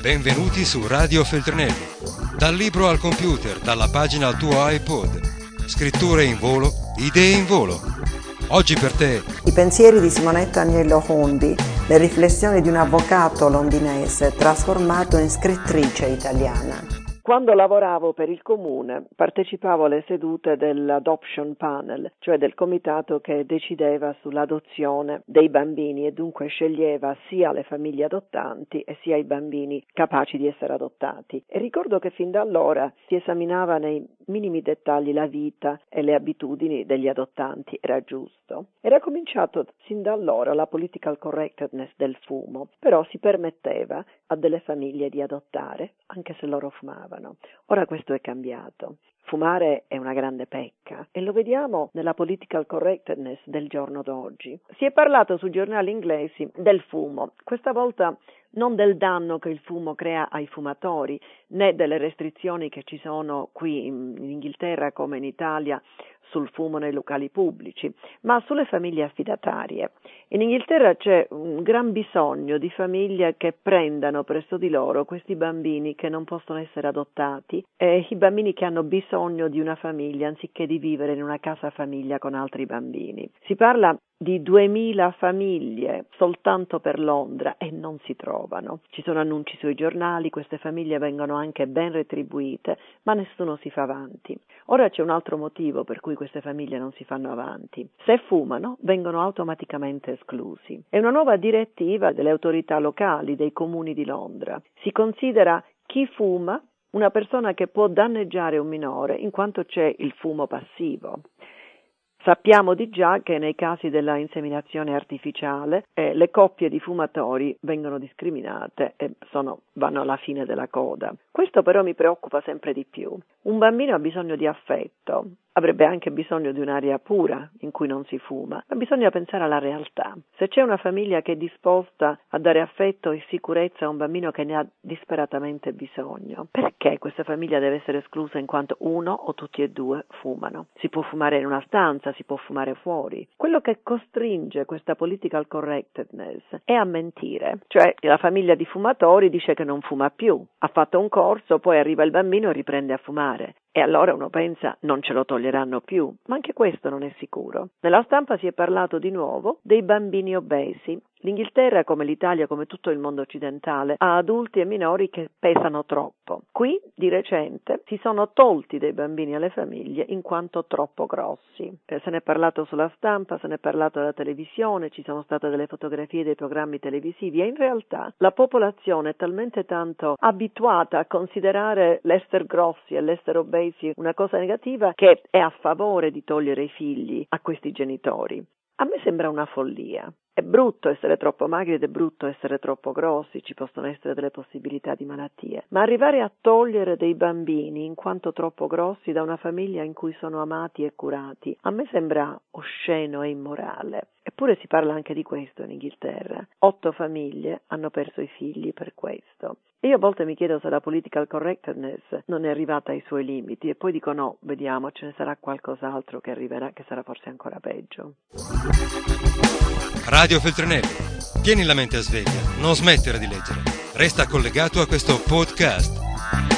Benvenuti su Radio Feltrinelli. Dal libro al computer, dalla pagina al tuo iPod. Scritture in volo, idee in volo. Oggi per te. I pensieri di Simonetta Agnello Hondi, le riflessioni di un avvocato londinese trasformato in scrittrice italiana. Quando lavoravo per il comune partecipavo alle sedute dell'Adoption Panel, cioè del comitato che decideva sull'adozione dei bambini e dunque sceglieva sia le famiglie adottanti e sia i bambini capaci di essere adottati. E ricordo che fin da allora si esaminava nei minimi dettagli la vita e le abitudini degli adottanti, era giusto. Era cominciato sin da allora la political correctness del fumo, però si permetteva a delle famiglie di adottare, anche se loro fumavano. Ora questo è cambiato. Fumare è una grande pecca e lo vediamo nella political correctness del giorno d'oggi. Si è parlato sui giornali inglesi del fumo, questa volta non del danno che il fumo crea ai fumatori, né delle restrizioni che ci sono qui in Inghilterra come in Italia sul fumo nei locali pubblici, ma sulle famiglie affidatarie. In Inghilterra c'è un gran bisogno di famiglie che prendano presso di loro questi bambini che non possono essere adottati e i bambini che hanno bisogno di una famiglia anziché di vivere in una casa famiglia con altri bambini. Si parla di 2000 famiglie soltanto per Londra e non si trovano. Ci sono annunci sui giornali, queste famiglie vengono anche ben retribuite, ma nessuno si fa avanti. Ora c'è un altro motivo per cui queste famiglie non si fanno avanti. Se fumano, vengono automaticamente esclusi. È una nuova direttiva delle autorità locali, dei comuni di Londra. Si considera chi fuma una persona che può danneggiare un minore in quanto c'è il fumo passivo. Sappiamo di già che nei casi della inseminazione artificiale le coppie di fumatori vengono discriminate e vanno alla fine della coda. Questo però mi preoccupa sempre di più. Un bambino ha bisogno di affetto, avrebbe anche bisogno di un'aria pura in cui non si fuma, ma bisogna pensare alla realtà. Se c'è una famiglia che è disposta a dare affetto e sicurezza a un bambino che ne ha disperatamente bisogno, perché questa famiglia deve essere esclusa in quanto uno o tutti e due fumano? Si può fumare in una stanza, si può fumare fuori. Quello che costringe questa political correctness è a mentire, cioè la famiglia di fumatori dice che non fuma più, ha fatto un corso, poi arriva il bambino e riprende a fumare. E allora uno pensa non ce lo toglieranno più, ma anche questo non è sicuro. Nella stampa si è parlato di nuovo dei bambini obesi. L'Inghilterra, come l'Italia, come tutto il mondo occidentale, ha adulti e minori che pesano troppo. Qui, di recente, si sono tolti dei bambini alle famiglie in quanto troppo grossi. Se ne è parlato sulla stampa, se ne è parlato alla televisione, ci sono state delle fotografie dei programmi televisivi e in realtà la popolazione è talmente tanto abituata a considerare l'essere grossi e l'essere obesi una cosa negativa che è a favore di togliere i figli a questi genitori. A me sembra una follia. È brutto essere troppo magri ed è brutto essere troppo grossi, ci possono essere delle possibilità di malattie, ma arrivare a togliere dei bambini in quanto troppo grossi da una famiglia in cui sono amati e curati, a me sembra osceno e immorale. Eppure si parla anche di questo in Inghilterra. 8 famiglie hanno perso i figli per questo. E io a volte mi chiedo se la political correctness non è arrivata ai suoi limiti e poi dico no, vediamo, ce ne sarà qualcos'altro che arriverà che sarà forse ancora peggio. Radio Feltrinelli. Tieni la mente a sveglia, non smettere di leggere. Resta collegato a questo podcast.